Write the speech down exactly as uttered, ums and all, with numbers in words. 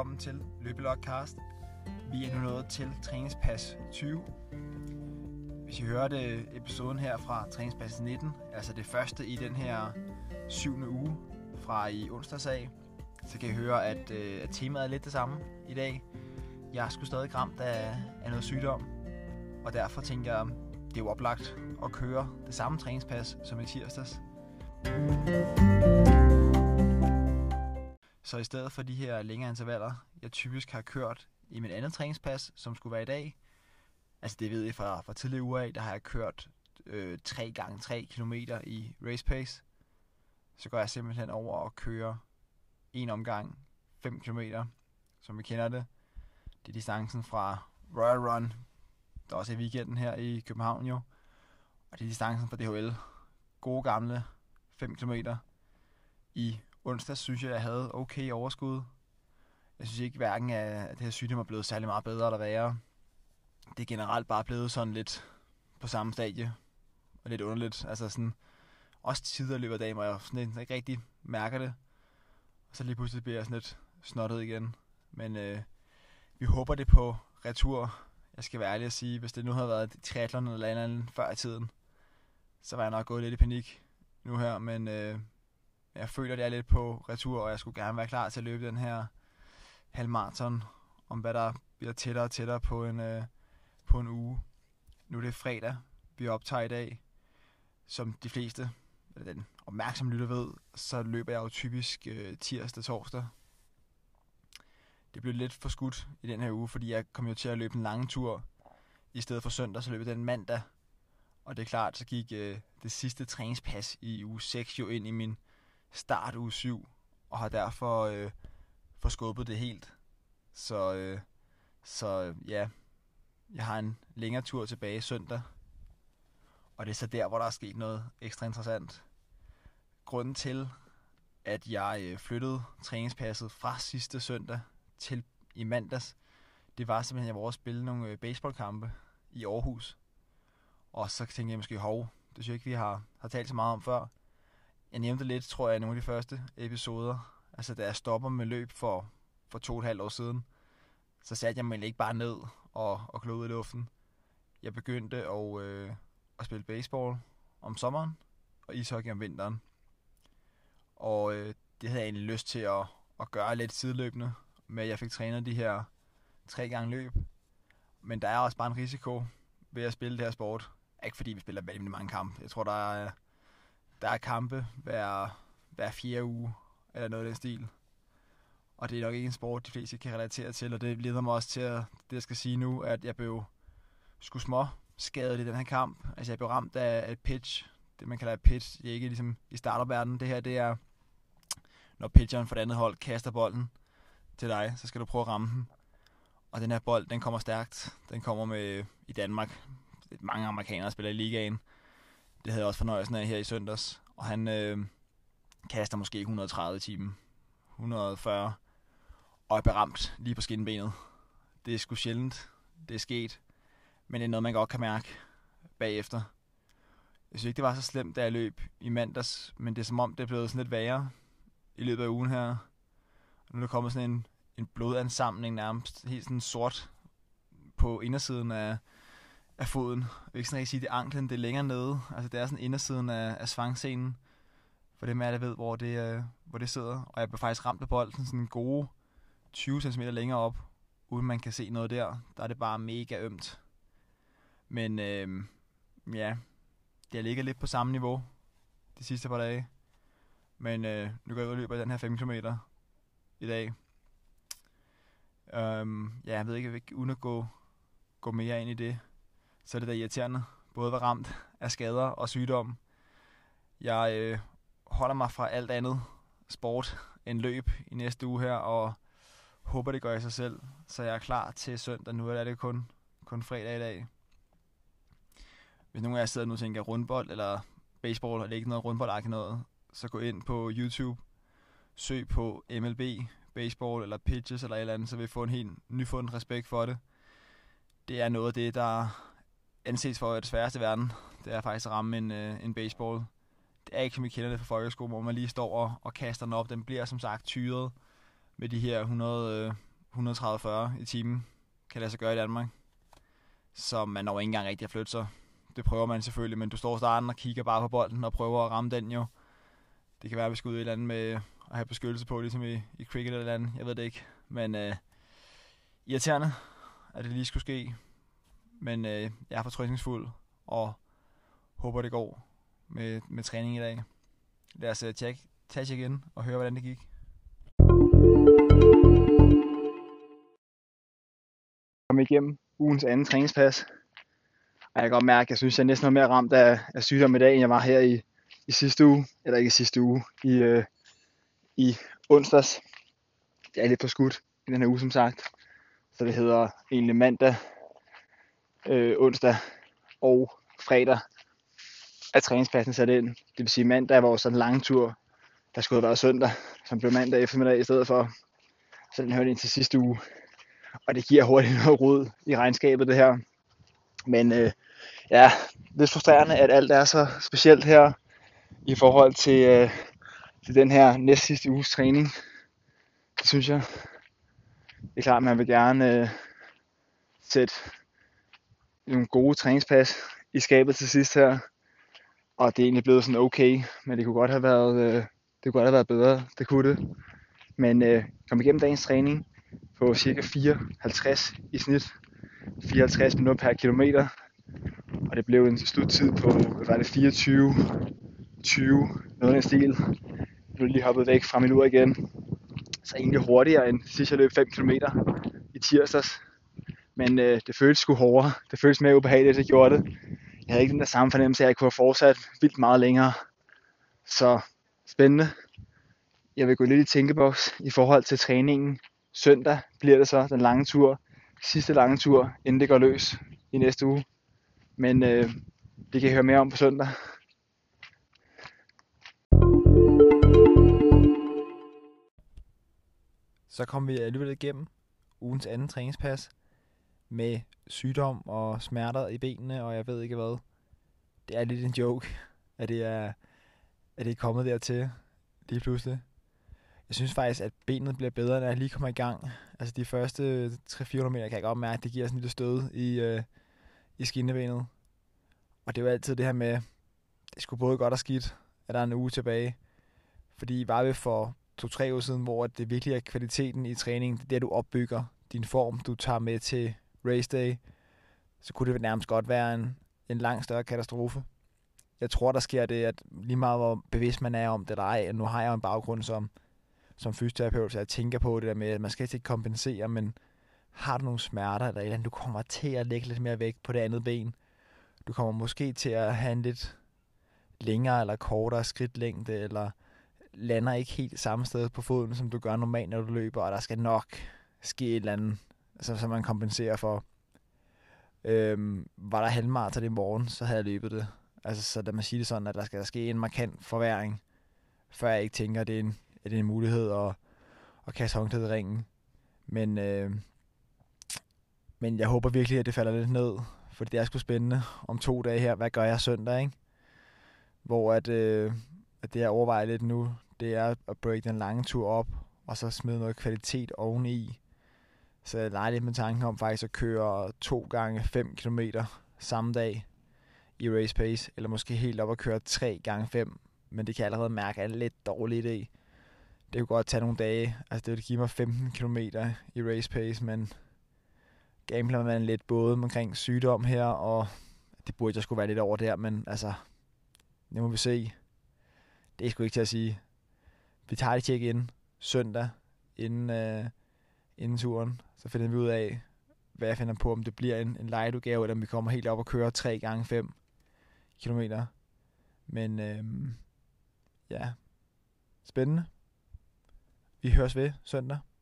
velkommen til Løbelogcast. Vi er nu nået til træningspas tyve. Hvis I hørte episoden her fra træningspas nitten, altså det første i den her syvende uge fra i onsdags af, så kan I høre, at, øh, at temaet er lidt det samme i dag. Jeg er sgu stadig ramt af, af noget sygdom, og derfor tænker jeg, det er jo oplagt at køre det samme træningspas som i tirsdags. Så i stedet for de her længere intervaller, jeg typisk har kørt i mit andet træningspas, som skulle være i dag, altså det ved jeg fra, fra tidligere uger af, der har jeg kørt øh, tre gange tre kilometer i race pace. Så går jeg simpelthen over og kører en omgang fem kilometer, som vi kender det. Det er distancen fra Royal Run, der også er i weekenden her i København jo. Og det er distancen fra D H L. Gode gamle fem kilometer. I onsdag synes jeg, jeg havde okay overskud. Jeg synes ikke hverken, at det her sygdom er blevet særlig meget bedre eller værre. Det er generelt bare blevet sådan lidt på samme stadie. Og lidt underligt. Altså sådan, også tider løber dag, hvor jeg sådan ikke rigtig mærker det. Og så lige pludselig bliver jeg sådan lidt snottet igen. Men øh, vi håber det på retur. Jeg skal være ærlig at sige, hvis det nu havde været triathlon eller andet, andet før i tiden, så var jeg nok gået lidt i panik nu her. Men øh, jeg føler, det er lidt på retur, og jeg skulle gerne være klar til at løbe den her halvmarathon, om hvad der bliver tættere og tættere på en, øh, på en uge. Nu er det fredag, vi optager i dag. Som de fleste, eller den opmærksomme lytter ved, så løber jeg jo typisk øh, tirsdag torsdag. Det blev lidt for skudt i den her uge, fordi jeg kom jo til at løbe en lang tur i stedet for søndag, så løb jeg den mandag. Og det er klart, så gik øh, det sidste træningspas i uge seks jo ind i min start uge syv, og har derfor øh, forskubbet det helt. Så, øh, så ja, jeg har en længere tur tilbage søndag, og det er så der, hvor der er sket noget ekstra interessant. Grunden til, at jeg øh, flyttede træningspasset fra sidste søndag til i mandags, det var simpelthen, at jeg var over at spille nogle øh, baseballkampe i Aarhus. Og så tænkte jeg måske, hov, det synes jeg ikke, vi har, har talt så meget om før. Jeg nævnte lidt, tror jeg, i nogle af de første episoder. Altså, da jeg stopper med løb for, for to og et halvt år siden, så satte jeg mig ikke bare ned og, og klog ud i luften. Jeg begyndte at, øh, at spille baseball om sommeren og ishockey om vinteren. Og øh, det havde jeg egentlig lyst til at, at gøre lidt sideløbende, med at jeg fik trænet de her tre gange løb. Men der er også bare en risiko ved at spille det her sport. Ikke fordi vi spiller veldig mange kampe. Jeg tror, der er, der er kampe hver, hver fjerde uge, eller noget af den stil. Og det er nok ikke en sport, de fleste kan relatere til, og det leder mig også til, at det jeg skal sige nu, at jeg blev sgu små skadet i den her kamp. Altså jeg blev ramt af et pitch, det man kalder et pitch. Det er ikke ligesom i starterverdenen. Det her, det er, når pitcheren for det andet hold kaster bolden til dig, så skal du prøve at ramme den. Og den her bold, den kommer stærkt. Den kommer med i Danmark. Mange amerikanere spiller i ligaen. Det havde jeg også fornøjelsen af her i søndags. Og han øh, kaster måske et hundrede og tredive i timen. et hundrede og fyrre. Og er beramt lige på skinbenet. Det er sgu sjældent. Det er sket. Men det er noget, man godt kan mærke bagefter. Jeg synes ikke, det var så slemt, da jeg løb i mandags. Men det er som om, det er blevet sådan lidt værre i løbet af ugen her. Nu er der kommet sådan en, en blodansamling nærmest. Helt sådan sort på indersiden af, af foden. Jeg vil ikke sådan rigtig sige, det er anklen, det er længere nede. Altså det er sådan indersiden af, af svangscenen. For det med, at jeg ved, hvor det, øh, hvor det sidder. Og jeg blev faktisk ramt af bolden sådan en gode tyve centimeter længere op. Uden man kan se noget der. Der er det bare mega ømt. Men øh, ja, det ligger lidt på samme niveau de sidste par dage. Men øh, nu går jeg ud og løber den her fem kilometer i dag. Um, ja, jeg ved ikke, ikke uden at gå, gå mere ind i det, så er det da irriterende. Både at være ramt af skader og sygdom. Jeg øh, holder mig fra alt andet sport end løb i næste uge her, og håber, det gør i sig selv. Så jeg er klar til søndag. Nu er det kun, kun fredag i dag. Hvis nogen af jer sidder nu og tænker rundbold eller baseball, og det er ikke noget rundbold, noget, så gå ind på YouTube, søg på M L B, baseball eller pitches eller et eller andet, så vil I få en helt nyfundet respekt for det. Det er noget af det, der anses for det sværeste i verden. Det er faktisk at ramme en, øh, en baseball. Det er ikke som vi kender det fra folkeskole, hvor man lige står og, og kaster den op. Den bliver som sagt tyret med de her hundrede, øh, hundrede tredive fyrre i timen kan lade sig gøre i Danmark. Så man når ikke engang rigtig at flytte sig. Det prøver man selvfølgelig, men du står starten og kigger bare på bolden og prøver at ramme den jo. Det kan være, at vi skal ud i et eller andet med at have beskyttelse på, ligesom i, i cricket eller et eller andet. Jeg ved det ikke. Men øh, irriterende, at det lige skulle ske. Men øh, jeg er fortrøstningsfuld og håber, det går med, med træning i dag. Lad os uh, tjekke, tage tjek igen og høre, hvordan det gik. Kom igennem ugens anden træningspas. Og jeg kan godt mærke, at jeg synes, at jeg næsten var mere ramt af, af sygdom i dag, end jeg var her i, i sidste uge. Eller ikke i sidste uge, i, øh, i onsdags. Det er lidt for skudt i den her uge, som sagt. Så det hedder egentlig mandag, øh, onsdag og fredag, at træningspassen sat ind. Det vil sige, mandag var sådan en lang tur, der skulle have været søndag, som blev mandag eftermiddag i stedet for. Så den hørte ind til sidste uge. Og det giver hurtigt noget rod i regnskabet, det her. Men øh, ja, lidt frustrerende, at alt er så specielt her i forhold til, øh, til den her næst sidste uges træning. Det synes jeg. Det er klart, at man vil gerne øh, sætte nogle gode træningspas i skabet til sidst her. Og det er egentlig blevet sådan okay, men det kunne godt have været, øh, det kunne godt have været bedre. Det kunne det. Men øh, kom igennem dagens træning på cirka fireoghalvtreds i snit. fireoghalvtreds minutter per kilometer. Og det blev en sluttid på, hvad var det, fireogtyve tyve, noget af den stil. Jeg blev lige hoppet væk fra min ur igen. Så egentlig hurtigere end sidst jeg løb fem kilometer i tirsdags. Men øh, det føltes sgu hårdere. Det føltes mere ubehageligt, det gjorde det. Jeg havde ikke den der samme fornemmelse af, at jeg kunne have fortsat vildt meget længere. Så spændende. Jeg vil gå lidt i tænkeboks i forhold til træningen. Søndag bliver det så den lange tur. Sidste lange tur, inden det går løs i næste uge. Men øh, det kan I høre mere om på søndag. Så kom vi alligevel igennem ugens anden træningspas med sygdom og smerter i benene, og jeg ved ikke hvad. Det er lidt en joke, at det er, at det er kommet dertil lige pludselig. Jeg synes faktisk, at benet bliver bedre, når jeg lige kommer i gang. Altså de første tre til fire hundrede meter kan jeg godt mærke, at det giver sådan et lille stød i, øh, i skinnebenet. Og det er jo altid det her med, det skulle både godt og skidt, at der er en uge tilbage. Fordi var vi for to-tre år siden, hvor det virkelig er kvaliteten i træningen, det er det, du opbygger din form, du tager med til race day, så kunne det nærmest godt være en, en langt større katastrofe. Jeg tror, der sker det, at lige meget hvor bevidst man er om det eller ej, nu har jeg jo en baggrund som, som fysioterapeut, så jeg tænker på det der med, at man skal ikke kompensere, men har du nogle smerter eller et eller andet, du kommer til at lægge lidt mere vægt på det andet ben. Du kommer måske til at have en lidt længere eller kortere skridtlængde, eller lander ikke helt samme sted på foden, som du gør normalt, når du løber, og der skal nok ske et eller andet, altså, som man kompenserer for. Øhm, var der halvmarathon i morgen, så havde jeg løbet det. Altså, så lad mig sige det sådan, at der skal der ske en markant forværring, før jeg ikke tænker, at det er en, at det er en mulighed at, at kaste håndklædet i ringen. Men, øh, men jeg håber virkelig, at det falder lidt ned, for det er sgu spændende om to dage her. Hvad gør jeg søndag, ikke? Hvor at, øh, at det, jeg overvejer lidt nu, det er at break den lange tur op, og så smide noget kvalitet oveni. Så jeg leger lidt med tanken om faktisk at køre to gange fem kilometer samme dag i race pace, eller måske helt op at køre tre gange fem, men det kan jeg allerede mærke er en lidt dårlig idé. Det kunne godt tage nogle dage, altså det vil give mig femten kilometer i race pace, men gambler man lidt både omkring sygdom her, og det burde jeg skulle være lidt over der, men altså, det må vi se. Det er sgu ikke til at sige. Vi tager det tjek ind søndag, inden, øh, inden turen, så finder vi ud af, hvad jeg finder på, om det bliver en, en light-udgave, eller om vi kommer helt op og kører tre gange fem kilometer. Men øhm, ja, spændende. Vi høres ved søndag.